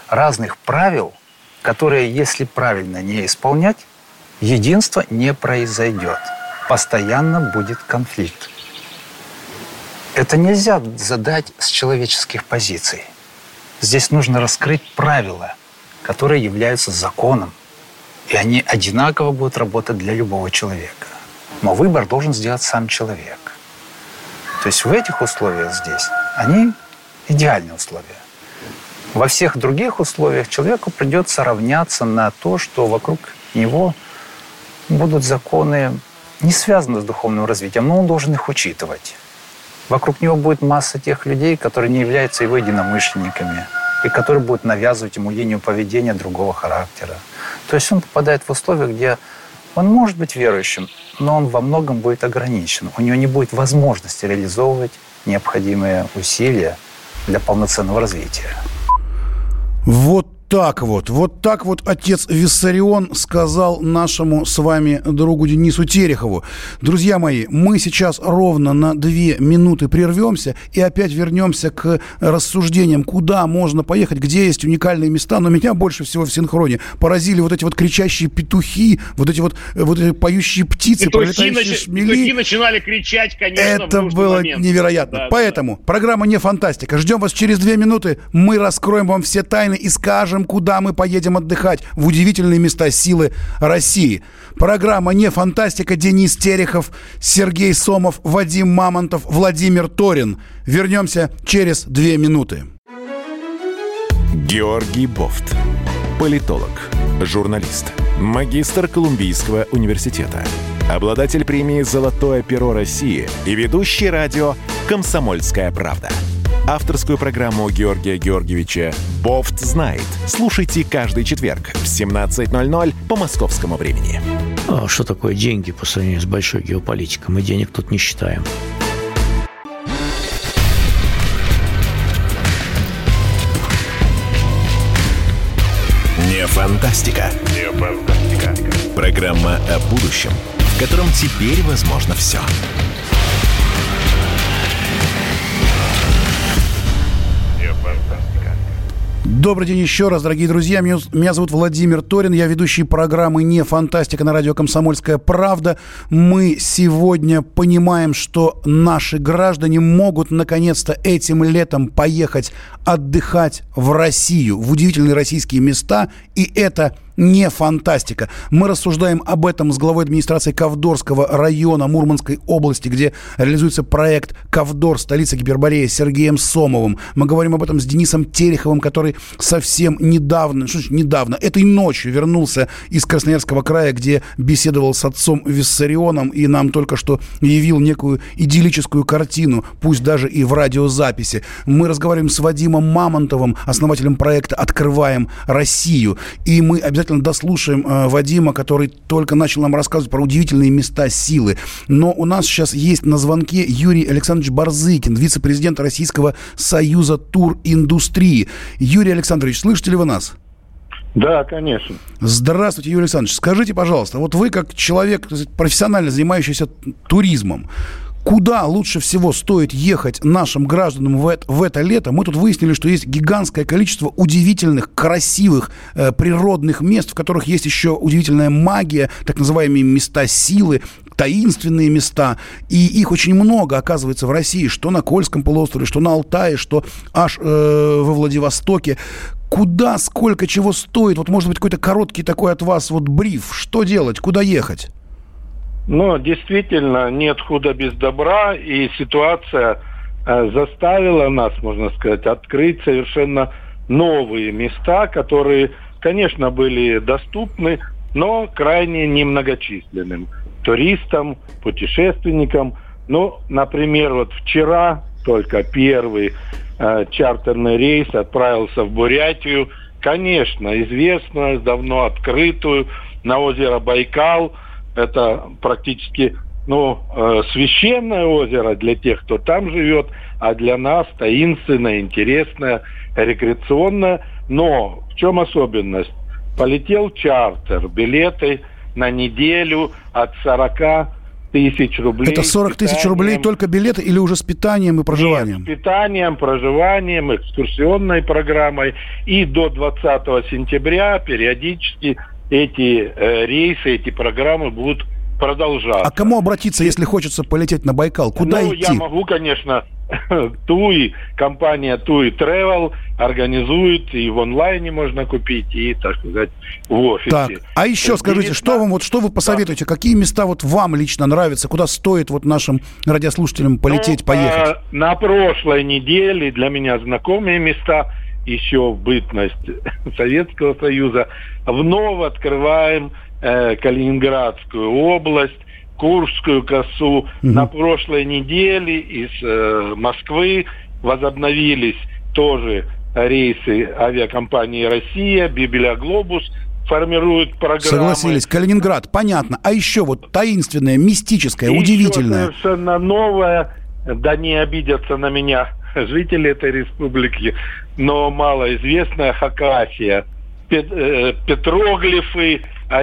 [SPEAKER 10] разных правил, которые, если правильно не исполнять, единства не произойдет. Постоянно будет конфликт. Это нельзя задать с человеческих позиций. Здесь нужно раскрыть правила, которые являются законом. И они одинаково будут работать для любого человека. Но выбор должен сделать сам человек. То есть в этих условиях здесь, они идеальные условия. Во всех других условиях человеку придется равняться на то, что вокруг него будут законы, не связанные с духовным развитием, но он должен их учитывать. Вокруг него будет масса тех людей, которые не являются его единомышленниками, и которые будут навязывать ему линию поведения другого характера. То есть он попадает в условия, где он может быть верующим, но он во многом будет ограничен. У него не будет возможности реализовывать необходимые усилия для полноценного развития.
[SPEAKER 2] Вот так вот, вот так вот отец Виссарион сказал нашему с вами другу Денису Терехову. Друзья мои, мы сейчас ровно на две минуты прервемся и опять вернемся к рассуждениям, куда можно поехать, где есть уникальные места. Но меня больше всего в синхроне поразили вот эти вот кричащие петухи, вот эти вот, вот эти поющие птицы,
[SPEAKER 6] петухи,
[SPEAKER 2] пролетающие
[SPEAKER 6] нач...
[SPEAKER 2] шмели.
[SPEAKER 6] Петухи начинали кричать, конечно,
[SPEAKER 2] это
[SPEAKER 6] в нужный
[SPEAKER 2] было
[SPEAKER 6] момент.
[SPEAKER 2] невероятно.
[SPEAKER 6] Да,
[SPEAKER 2] Поэтому
[SPEAKER 6] да.
[SPEAKER 2] программа «Не фантастика». Ждем вас через две минуты. Мы раскроем вам все тайны и скажем, куда мы поедем отдыхать в удивительные места силы России. Программа «Не фантастика». Денис Терехов, Сергей Сомов, Вадим Мамонтов, Владимир Торин. Вернемся через две минуты.
[SPEAKER 1] Георгий Бофт. Политолог, журналист, магистр Колумбийского университета, обладатель премии «Золотое перо России» и ведущий радио «Комсомольская правда». Авторскую программу Георгия Георгиевича «Бофт знает». Слушайте каждый четверг в семнадцать ноль ноль по московскому времени.
[SPEAKER 11] А что такое деньги по сравнению с большой геополитикой? Мы денег тут не считаем.
[SPEAKER 1] Не фантастика. Не фантастика. Программа о будущем, в котором теперь возможно все.
[SPEAKER 2] Добрый день еще раз, дорогие друзья. Меня, меня зовут Владимир Торин. Я ведущий программы «Не фантастика» на радио «Комсомольская правда». Мы сегодня понимаем, что наши граждане могут наконец-то этим летом поехать отдыхать в Россию, в удивительные российские места. И это не фантастика. Мы рассуждаем об этом с главой администрации Ковдорского района Мурманской области, где реализуется проект «Ковдор. Столица Гипербореи» с Сергеем Сомовым. Мы говорим об этом с Денисом Тереховым, который совсем недавно, что значит недавно, этой ночью вернулся из Красноярского края, где беседовал с отцом Виссарионом и нам только что явил некую идиллическую картину, пусть даже и в радиозаписи. Мы разговариваем с Вадимом Мамонтовым, основателем проекта «Открываем Россию». И мы обязательно дослушаем э, Вадима, который только начал нам рассказывать про удивительные места силы. Но у нас сейчас есть на звонке Юрий Александрович Барзыкин, вице-президент Российского союза туриндустрии. Юрий Александрович, слышите ли вы нас?
[SPEAKER 12] Да, конечно.
[SPEAKER 2] Здравствуйте, Юрий Александрович. Скажите, пожалуйста, вот вы как человек, профессионально занимающийся туризмом, куда лучше всего стоит ехать нашим гражданам в это, в это лето? Мы тут выяснили, что есть гигантское количество удивительных, красивых, э, природных мест, в которых есть еще удивительная магия, так называемые места силы, таинственные места. И их очень много, оказывается, в России, что на Кольском полуострове, что на Алтае, что аж э, во Владивостоке. Куда, сколько, чего стоит? Вот, может быть, какой-то короткий такой от вас вот бриф. Что делать? Куда ехать?
[SPEAKER 12] Ну, действительно, нет худа без добра, и ситуация э, заставила нас, можно сказать, открыть совершенно новые места, которые, конечно, были доступны, но крайне немногочисленным туристам, путешественникам. Ну, например, вот вчера только первый э, чартерный рейс отправился в Бурятию, конечно, известную, давно открытую, на озеро Байкал. Это практически, ну, э, священное озеро для тех, кто там живет, а для нас таинственное, интересное, рекреационное. Но в чем особенность? Полетел чартер, билеты на неделю от сорока тысяч рублей.
[SPEAKER 2] Это сорок тысяч рублей только билеты или уже с питанием и проживанием?
[SPEAKER 12] Нет, с питанием, проживанием, экскурсионной программой. И до двадцатого сентября периодически эти э, рейсы, эти программы будут продолжаться.
[SPEAKER 2] А кому обратиться, если хочется полететь на Байкал? Куда
[SPEAKER 12] ну,
[SPEAKER 2] идти?
[SPEAKER 12] Я могу, конечно, Туи, компания Туи Travel организует, и в онлайне можно купить, и, так сказать, в офисе. Так,
[SPEAKER 2] а еще скажите, что вам, вот, что вы посоветуете? Да. Какие места вот вам лично нравятся? Куда стоит вот нашим радиослушателям полететь, ну, поехать?
[SPEAKER 12] А, на прошлой неделе для меня знакомые места, еще в бытность Советского Союза. Вновь открываем э, Калининградскую область, Курскую косу. Угу. На прошлой неделе из э, Москвы возобновились тоже рейсы авиакомпании «Россия», «Бибель-Глобус» формируют программы.
[SPEAKER 2] Согласились. Калининград, понятно. А еще вот таинственное, мистическое, и удивительное.
[SPEAKER 12] Еще совершенно новое, да не обидятся на меня жители этой республики, но малоизвестная Хакасия. Петроглифы,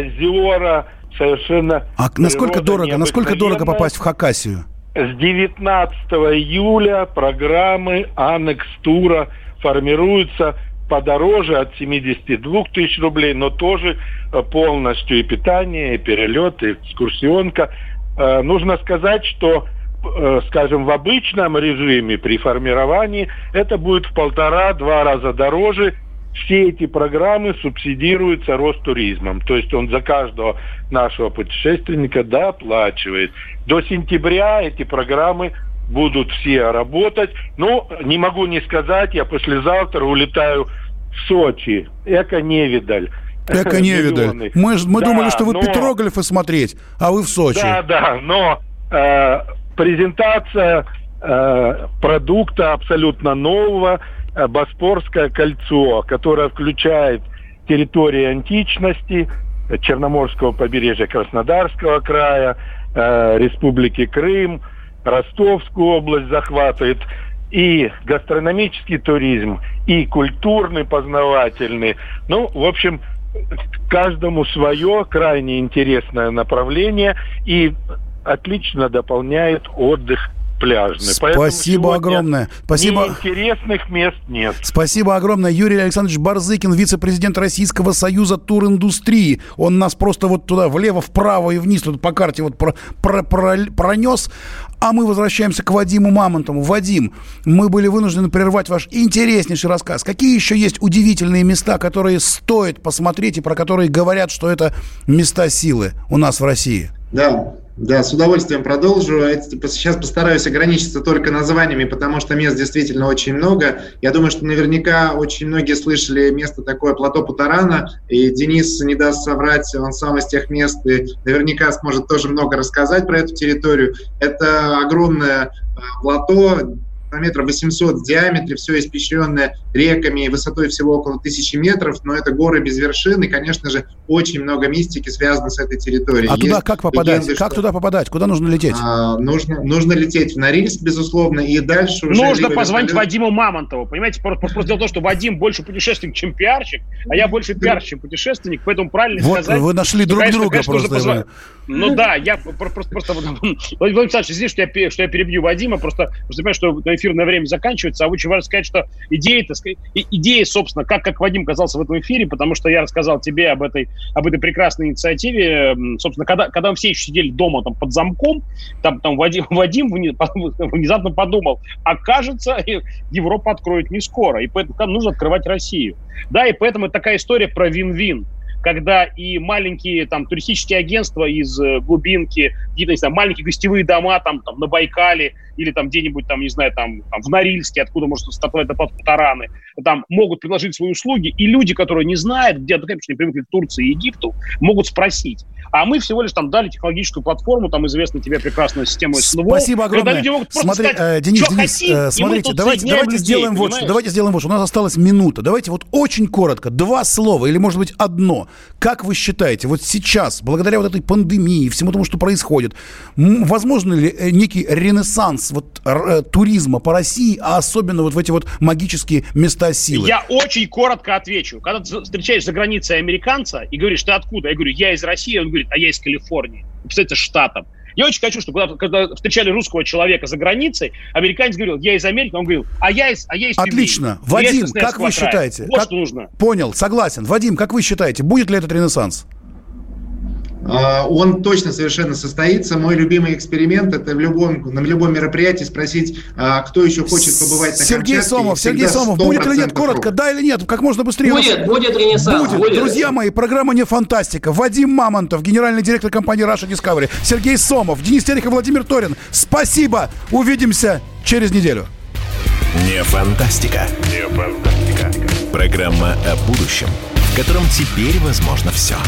[SPEAKER 12] озера, совершенно...
[SPEAKER 2] А насколько дорого, насколько дорого попасть в Хакасию?
[SPEAKER 12] С девятнадцатого июля программы «Аннекс тура» формируются подороже от семидесяти двух тысяч рублей, но тоже полностью и питание, и перелет, и экскурсионка. Нужно сказать, что, скажем, в обычном режиме при формировании это будет в полтора-два раза дороже. Все эти программы субсидируются Ростуризмом. То есть он за каждого нашего путешественника доплачивает. До сентября эти программы будут все работать. Но не могу не сказать, я послезавтра улетаю в Сочи. Эко-невидаль.
[SPEAKER 2] Эко-невидаль. Мы, мы да, думали, что вы но... петроглифы смотреть, а вы в Сочи.
[SPEAKER 12] Да, да, но э, презентация э, продукта абсолютно нового, Боспорское кольцо, которое включает территории античности, Черноморского побережья Краснодарского края, э, Республики Крым, Ростовскую область захватывает, и гастрономический туризм, и культурный, познавательный. Ну, в общем, каждому свое крайне интересное направление и отлично дополняет отдых пляжный.
[SPEAKER 2] Спасибо огромное. Спасибо.
[SPEAKER 12] Интересных мест нет.
[SPEAKER 2] Спасибо огромное. Юрий Александрович Барзыкин, вице-президент Российского союза туриндустрии. Он нас просто вот туда влево, вправо и вниз тут по карте вот про, про, про, пронес. А мы возвращаемся к Вадиму Мамонтову. Вадим, мы были вынуждены прервать ваш интереснейший рассказ. Какие еще есть удивительные места, которые стоит посмотреть и про которые говорят, что это места силы у нас в России?
[SPEAKER 4] Да. Да, с удовольствием продолжу. Сейчас постараюсь ограничиться только названиями, потому что мест действительно очень много. Я думаю, что наверняка очень многие слышали место такое плато Путарана, и Денис не даст соврать, он сам из тех мест и наверняка сможет тоже много рассказать про эту территорию. Это огромное плато, метров восемьсот в диаметре, все испещренное реками, высотой всего около тысячи метров, но это горы без вершин, и, конечно же, очень много мистики связано с этой территорией.
[SPEAKER 2] А Есть туда как попадать? Легенды, как что... туда попадать? Куда нужно лететь?
[SPEAKER 4] А, нужно, нужно лететь в Норильск, безусловно, и дальше уже...
[SPEAKER 6] Нужно позвонить вертолет... Вадиму Мамонтову, понимаете? Просто, просто дело в том, что Вадим больше путешественник, чем пиарщик, а я больше пиарщик, чем путешественник, поэтому правильно
[SPEAKER 2] вот
[SPEAKER 6] сказать...
[SPEAKER 2] вы нашли друг
[SPEAKER 6] конечно,
[SPEAKER 2] друга
[SPEAKER 6] конечно,
[SPEAKER 2] просто.
[SPEAKER 6] Позв... Ну да, я просто... просто Владимир Александрович, извините, что я, что я перебью Вадима, просто, просто понимаю, что эфирное время заканчивается. А очень важно сказать, что идея, идея, собственно, как, как Вадим оказался в этом эфире, потому что я рассказал тебе об этой, об этой прекрасной инициативе. Собственно, когда, когда мы все еще сидели дома там, под замком, там, там Вадим, Вадим внезапно подумал, окажется, Европа откроет не скоро, и поэтому там нужно открывать Россию. Да, и поэтому это такая история про вин-вин, когда и маленькие там туристические агентства из глубинки, какие-то, не знаю, маленькие гостевые дома там, там на Байкале или там где-нибудь там, не знаю, там, там в Норильске, откуда может стартовать это Путараны, там могут предложить свои услуги, и люди, которые не знают, где, ну, конечно, не привыкли к Турции и Египту, могут спросить. А мы всего лишь там дали технологическую платформу, там известна тебе прекрасная система СНВО.
[SPEAKER 2] Спасибо огромное. Смотри, сказать, э, Денис, Денис, хотим, э, смотрите, давайте, давайте людей, сделаем понимаешь? вот что. Давайте сделаем вот что. У нас осталась минута. Давайте вот очень коротко, два слова или, может быть, одно. Как вы считаете, вот сейчас, благодаря вот этой пандемии, всему тому, что происходит, возможно ли некий ренессанс вот, р- туризма по России, а особенно вот в эти вот магические места силы?
[SPEAKER 6] Я очень коротко отвечу. Когда ты встречаешь за границей американца и говоришь, ты откуда? Я говорю, я из России. Он говорит, а я из Калифорнии. Представляете, штатом. Я очень хочу, чтобы когда, когда встречали русского человека за границей, американец говорил, я из Америки, он говорил, а я из, а я из
[SPEAKER 2] Отлично.
[SPEAKER 6] Тюмени.
[SPEAKER 2] Вадим, как вы считаете?
[SPEAKER 6] Вот
[SPEAKER 2] как...
[SPEAKER 6] что нужно.
[SPEAKER 2] Понял, согласен. Вадим, как вы считаете, будет ли этот ренессанс?
[SPEAKER 4] Он точно совершенно состоится. Мой любимый эксперимент – это в любом, на любом мероприятии спросить, кто еще хочет побывать на
[SPEAKER 2] Сергей
[SPEAKER 4] Камчатке.
[SPEAKER 2] Сомов, Сергей Сомов, будет или нет? Коротко, да или нет? Как можно быстрее.
[SPEAKER 5] Будет, будет ренессанс.
[SPEAKER 2] Будет. будет. Друзья мои, программа «Не фантастика». Вадим Мамонтов, генеральный директор компании Russia Discovery. Сергей Сомов, Денис Терехов, Владимир Торин. Спасибо. Увидимся через неделю.
[SPEAKER 1] Не фантастика. Не фантастика. Программа о будущем, в котором теперь возможно все.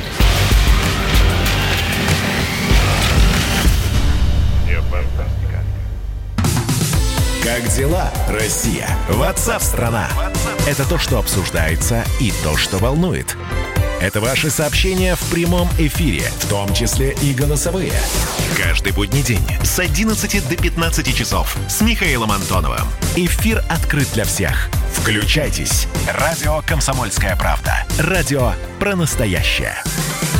[SPEAKER 1] Как дела, Россия? WhatsApp-страна. Это то, что обсуждается, и то, что волнует. Это ваши сообщения в прямом эфире, в том числе и голосовые. Каждый будний день с одиннадцати до пятнадцати часов с Михаилом Антоновым. Эфир открыт для всех. Включайтесь. Радио «Комсомольская правда». Радио про настоящее.